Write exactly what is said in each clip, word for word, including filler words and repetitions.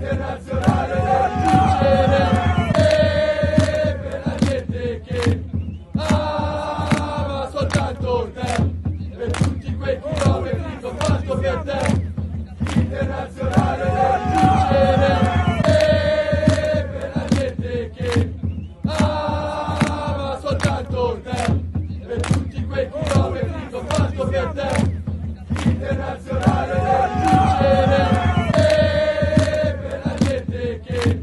Internazionale da vincere, e per la gente che ama soltanto te, per tutti quei chilometri che ho fatto per te. Internazionale da vincere, e per la gente che ama soltanto te, per tutti quei chilometri che ho fatto per te. Internazionale da vincere, e per la gente che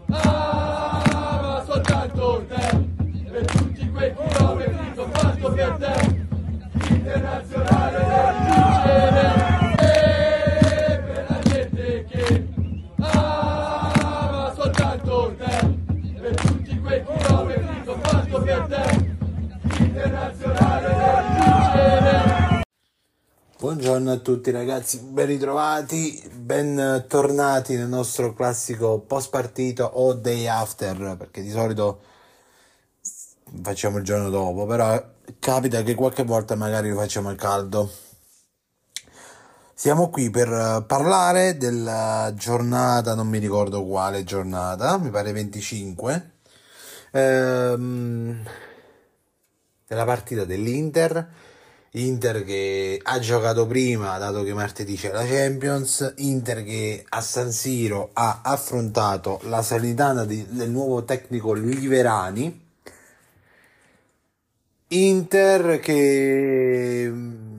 ama soltanto te, per tutti quei chilometri che ho fatto per te. Internazionale da vincere, e per la gente che ama soltanto te, per tutti quei chilometri che ho fatto per te. Internazionale da vincere. Buongiorno a tutti ragazzi, ben ritrovati, ben tornati nel nostro classico post partita o day after, perché di solito facciamo il giorno dopo, però capita che qualche volta magari lo facciamo al caldo. Siamo qui per parlare della giornata, non mi ricordo quale giornata, mi pare venticinque, ehm, della partita dell'Inter. Inter che ha giocato prima, dato che martedì c'è la Champions. Inter che a San Siro ha affrontato la Salernitana di, del nuovo tecnico Liverani. Inter che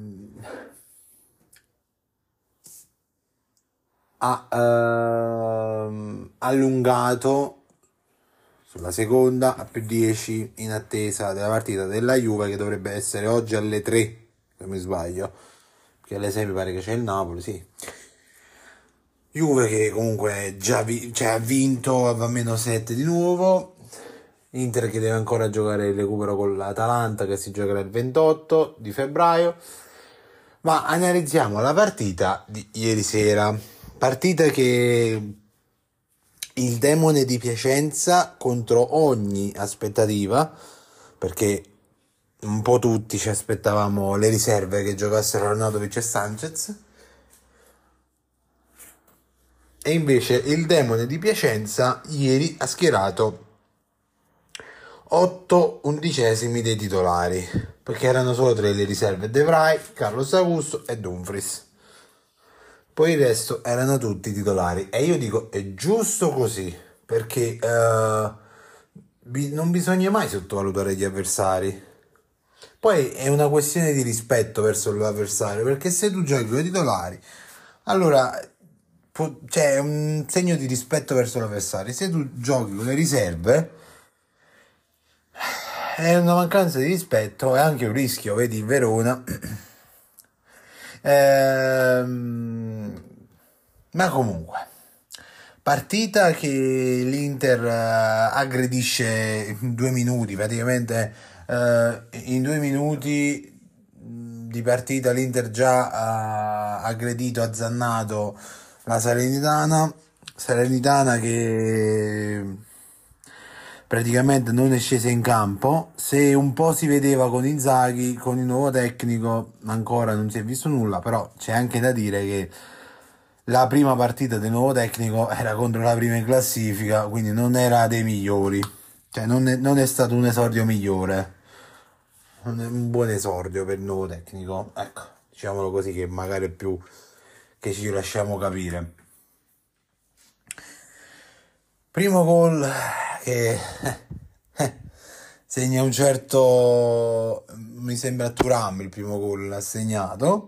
ha ehm, allungato sulla seconda a più dieci in attesa della partita della Juve, che dovrebbe essere oggi alle tre, se mi sbaglio, perché alle sei mi pare che c'è il Napoli, sì. Juve che comunque già vi- cioè, ha vinto, va a meno sette di nuovo. Inter che deve ancora giocare il recupero con l'Atalanta, che si giocherà il ventotto di febbraio. Ma analizziamo la partita di ieri sera. Partita che il Demone di Piacenza contro ogni aspettativa, perché un po' tutti ci aspettavamo le riserve che giocassero Arnautovic e Sanchez, e invece il Demone di Piacenza ieri ha schierato otto undicesimi dei titolari, perché erano solo tre le riserve: De Vrij, Carlos Augusto e Dumfries. Poi il resto erano tutti titolari, e io dico è giusto così, perché eh, bi- non bisogna mai sottovalutare gli avversari. Poi è una questione di rispetto verso l'avversario, perché se tu giochi con i titolari, allora può- c'è un segno di rispetto verso l'avversario. Se tu giochi con le riserve, è una mancanza di rispetto e anche un rischio. Vedi il Verona. Ehm, ma comunque, partita che l'Inter eh, aggredisce in due minuti, praticamente eh, in due minuti mh, di partita l'Inter già ha aggredito, azzannato la Salernitana. Salernitana che praticamente non è scesa in campo. Se un po' si vedeva con Inzaghi, con il nuovo tecnico ancora non si è visto nulla, però c'è anche da dire che la prima partita del nuovo tecnico era contro la prima in classifica, quindi non era dei migliori, cioè non è, non è stato un esordio migliore, non è un buon esordio per il nuovo tecnico, ecco, diciamolo così, che magari è più che ci lasciamo capire. Primo gol che segna un certo, mi sembra Thuram, il primo gol l'ha segnato.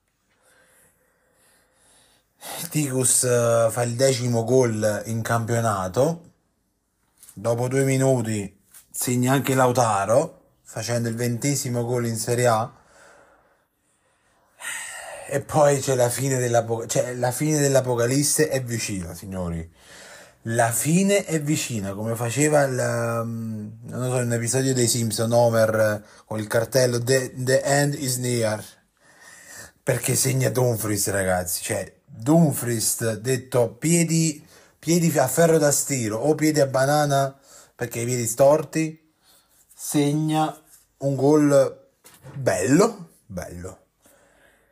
Ticus eh, fa il decimo gol in campionato. Dopo due minuti segna anche Lautaro, facendo il ventesimo gol in Serie A. E poi c'è la fine dell'apo- cioè, la fine dell'Apocalisse è vicina, signori. La fine è vicina, come faceva il, um, non so, un episodio dei Simpson, Homer eh, con il cartello The, the end is near, perché segna Dumfries, ragazzi. Cioè Dumfries, detto piedi, piedi a ferro da stiro o piedi a banana perché hai i piedi storti, segna un gol bello, bello.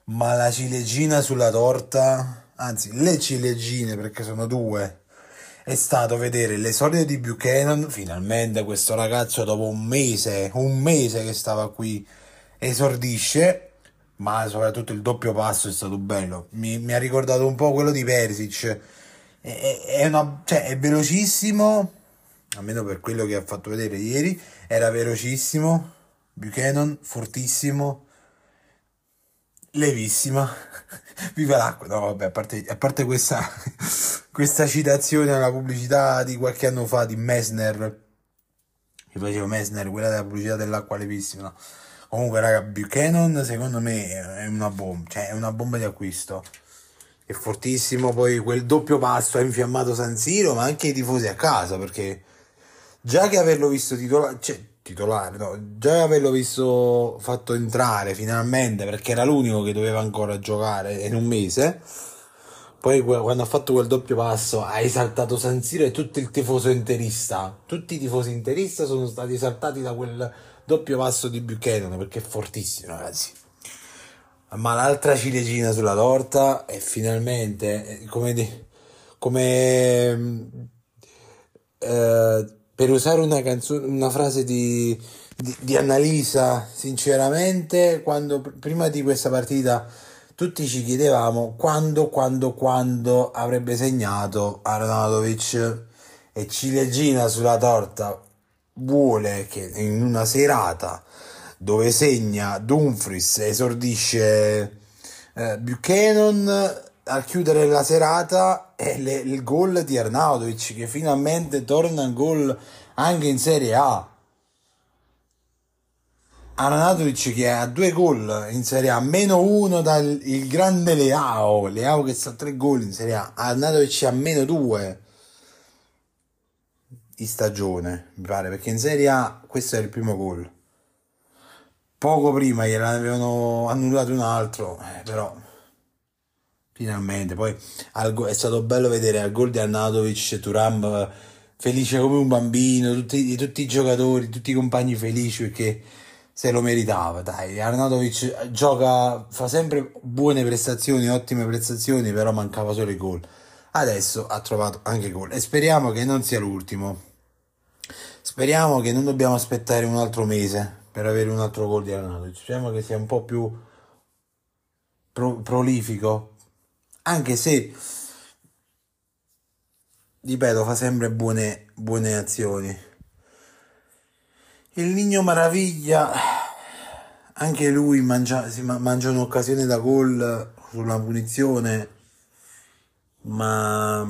Ma la ciliegina sulla torta, anzi le ciliegine perché sono due, è stato vedere l'esordio di Buchanan, finalmente questo ragazzo dopo un mese, un mese che stava qui, esordisce, ma soprattutto il doppio passo è stato bello, mi, mi ha ricordato un po' quello di Perisic, è, è- è una- cioè, è velocissimo, almeno per quello che ha fatto vedere ieri, era velocissimo, Buchanan fortissimo, levissima. Viva l'acqua. No, vabbè, a parte, a parte questa, questa citazione alla pubblicità di qualche anno fa di Messner, che faceva Messner, quella della pubblicità dell'acqua levissima. No. Comunque, raga, Buchanan secondo me è una bomba, cioè è una bomba di acquisto. È fortissimo, poi quel doppio passo ha infiammato San Siro, ma anche i tifosi a casa, perché già che averlo visto titolare, cioè titolare, no, già che averlo visto fatto entrare finalmente, perché era l'unico che doveva ancora giocare in un mese, poi que- quando ha fatto quel doppio passo ha esaltato San Siro e tutto il tifoso interista, tutti i tifosi interista sono stati esaltati da quel doppio passo di Buchanan, perché è fortissimo, ragazzi. Ma l'altra ciliegina sulla torta è finalmente, eh, come, di- come mm, eh, per usare una canzone, una frase di, di, di Annalisa, sinceramente, quando prima di questa partita tutti ci chiedevamo quando, quando, quando avrebbe segnato Arnautovic, e ciliegina sulla torta vuole che in una serata dove segna Dumfries, esordisce eh, Buchanan a chiudere la serata, è le- il gol di Arnautovic che finalmente torna in gol anche in Serie A. Arnautovic che ha due gol in Serie A, meno uno dal il grande Leao, Leao che sta a tre gol in Serie A, Arnautovic a meno due in stagione, mi pare, perché in Serie A questo è il primo gol. Poco prima gliel'avevano annullato un altro, eh, però finalmente. Poi al go- è stato bello vedere al gol di Arnautovic Thuram eh, felice come un bambino, tutti, tutti i giocatori, tutti i compagni felici perché se lo meritava. Dai, Arnautovic gioca, fa sempre buone prestazioni, ottime prestazioni, però mancava solo il gol. Adesso ha trovato anche il gol e speriamo che non sia l'ultimo. Speriamo che non dobbiamo aspettare un altro mese per avere un altro gol di Arnautovic. Speriamo che sia un po' più pro- prolifico, anche se, ripeto, fa sempre buone, buone azioni. Il Nino Maraviglia, anche lui mangia, si ma- mangia un'occasione da gol sulla punizione, ma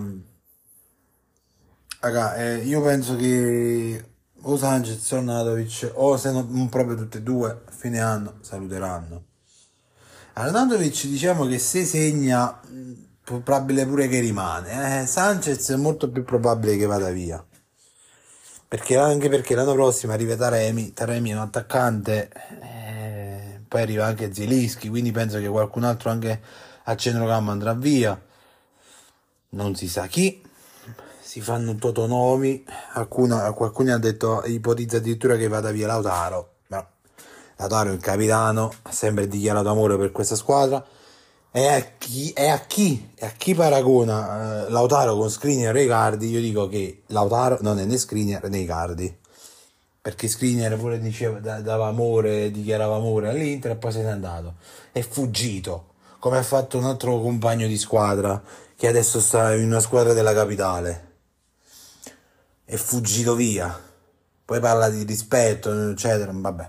raga, eh, io penso che o Sanchez o Arnautovic, o se non non proprio tutte e due, a fine anno saluteranno. Arnautovic diciamo che se segna, mh, probabile pure che rimane. Eh, Sanchez è molto più probabile che vada via. Perché, anche perché l'anno prossimo arriva Taremi, Taremi è un attaccante, eh, poi arriva anche Zielinski, quindi penso che qualcun altro anche a centrocampo andrà via. Non si sa chi, si fanno totonomi, alcuna, qualcuno ha detto, ipotizza addirittura che vada via Lautaro, ma Lautaro è il capitano, ha sempre dichiarato amore per questa squadra, e a chi, e a chi, e a chi paragona eh, Lautaro con Skriniar e Icardi, io dico che Lautaro non è né Skriniar né Icardi, perché Skriniar pure diceva, da- dava amore, dichiarava amore all'Inter e poi se n'è andato, è fuggito, come ha fatto un altro compagno di squadra che adesso sta in una squadra della capitale, è fuggito via. Poi parla di rispetto, eccetera, vabbè.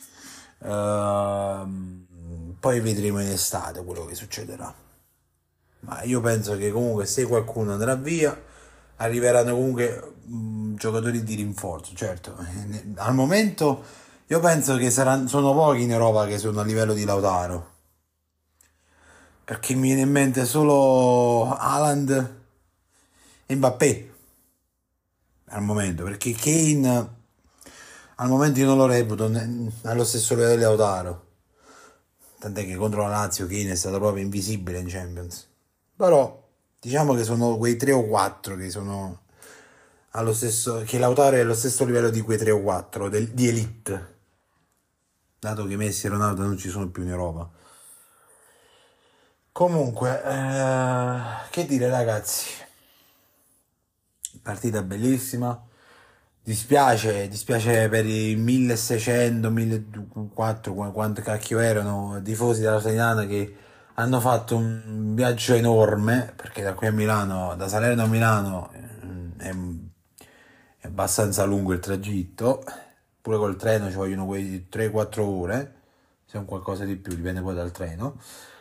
Ehm, poi vedremo in estate quello che succederà. Ma io penso che comunque se qualcuno andrà via, arriveranno comunque mh, giocatori di rinforzo, certo. Eh, ne- Al momento io penso che saranno, sono pochi in Europa che sono a livello di Lautaro. Perché mi viene in mente solo Haaland e Mbappé al momento, perché Kane al momento io non lo reputo ne- allo stesso livello di Lautaro. Tant'è che contro la Lazio Kane è stato proprio invisibile in Champions. Però diciamo che sono quei tre o quattro che sono allo stesso, che Lautaro è allo stesso livello di quei tre o quattro del- di elite, dato che Messi e Ronaldo non ci sono più in Europa. Comunque, eh, che dire ragazzi, partita bellissima. Dispiace, dispiace per i milleseicento, millequattrocento, qua- quanti cacchio erano, tifosi della Salernitana che hanno fatto un viaggio enorme, perché da qui a Milano, da Salerno a Milano, eh, è, è abbastanza lungo il tragitto, pure col treno ci vogliono quei tre quattro ore, se non qualcosa di più, dipende poi dal treno.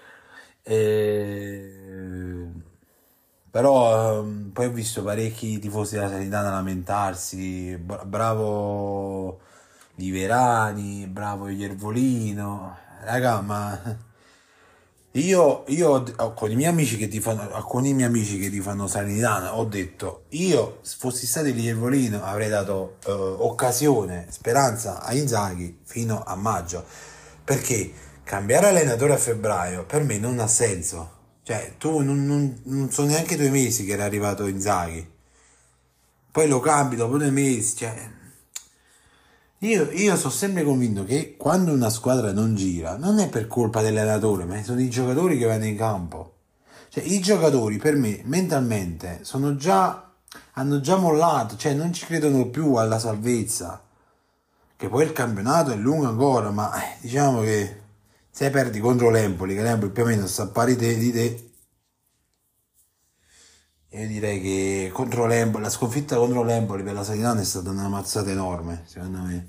E... Però ehm, poi ho visto parecchi tifosi della Salernitana lamentarsi, bra- bravo Liverani, bravo Iervolino, raga, ma io, io ho- con i miei amici che ti fanno, con i miei amici che ti fanno Salernitana, ho detto, io se fossi stato il Iervolino avrei dato eh, occasione, speranza a Inzaghi fino a maggio, perché cambiare allenatore a febbraio per me non ha senso. Cioè, tu non, non, non sono neanche due mesi che era arrivato Inzaghi. Poi lo cambi dopo due mesi. Cioè, io, io sono sempre convinto che quando una squadra non gira, non è per colpa dell'allenatore, ma sono i giocatori che vanno in campo. Cioè, i giocatori per me mentalmente sono già, hanno già mollato, cioè non ci credono più alla salvezza. Che poi il campionato è lungo ancora, ma eh, diciamo che se perdi contro l'Empoli, che l'Empoli più o meno sta a pari te- di te, io direi che contro l'Empoli, la sconfitta contro l'Empoli per la Salernitana è stata una mazzata enorme, secondo me.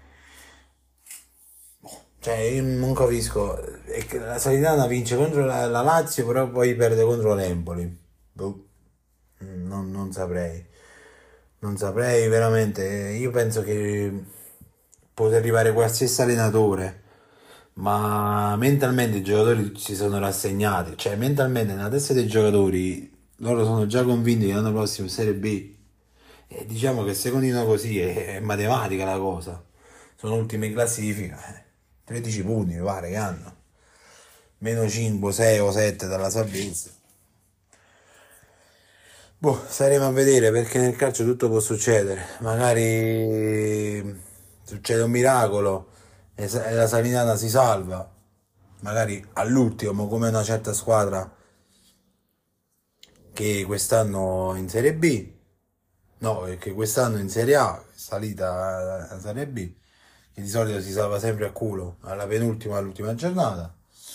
Cioè, io non capisco, è che la Salernitana vince contro la, la Lazio, però poi perde contro l'Empoli. Boh, non, non saprei. Non saprei veramente. Io penso che possa arrivare qualsiasi allenatore, ma mentalmente i giocatori si sono rassegnati. Cioè, mentalmente nella testa dei giocatori loro sono già convinti che l'anno prossimo è Serie B. E diciamo che se continua così è, è matematica la cosa. Sono ultime in classifica. eh. tredici punti mi pare che hanno. Meno cinque, sei o sette dalla salvezza. Boh, staremo a vedere perché nel calcio tutto può succedere. Magari succede un miracolo e sa- e la Salernitana si salva. Magari all'ultimo, come una certa squadra che quest'anno in Serie B. No, è che quest'anno in Serie A, è salita alla Serie B, che di solito si salva sempre a culo alla penultima, all'ultima giornata.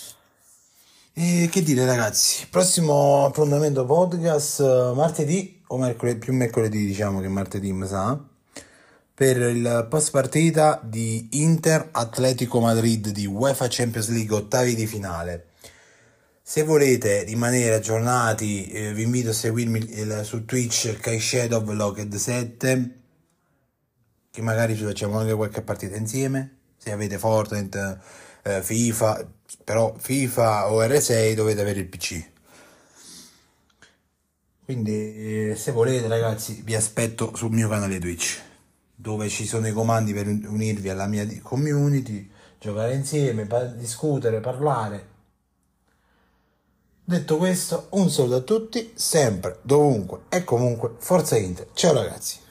E che dire ragazzi, prossimo appuntamento podcast eh, martedì o mercoledì, più mercoledì diciamo che martedì mi sa, per il post partita di Inter Atletico Madrid di UEFA Champions League ottavi di finale. Se volete rimanere aggiornati eh, vi invito a seguirmi il- su Twitch Kaishedo Vloged sette, che magari ci facciamo anche qualche partita insieme. Se avete Fortnite, eh, FIFA, però FIFA o R sei dovete avere il P C. Quindi eh, se volete ragazzi vi aspetto sul mio canale Twitch, dove ci sono i comandi per unirvi alla mia di- community, giocare insieme, pa- discutere, parlare. Detto questo, un saluto a tutti, sempre, dovunque e comunque, Forza Inter. Ciao ragazzi!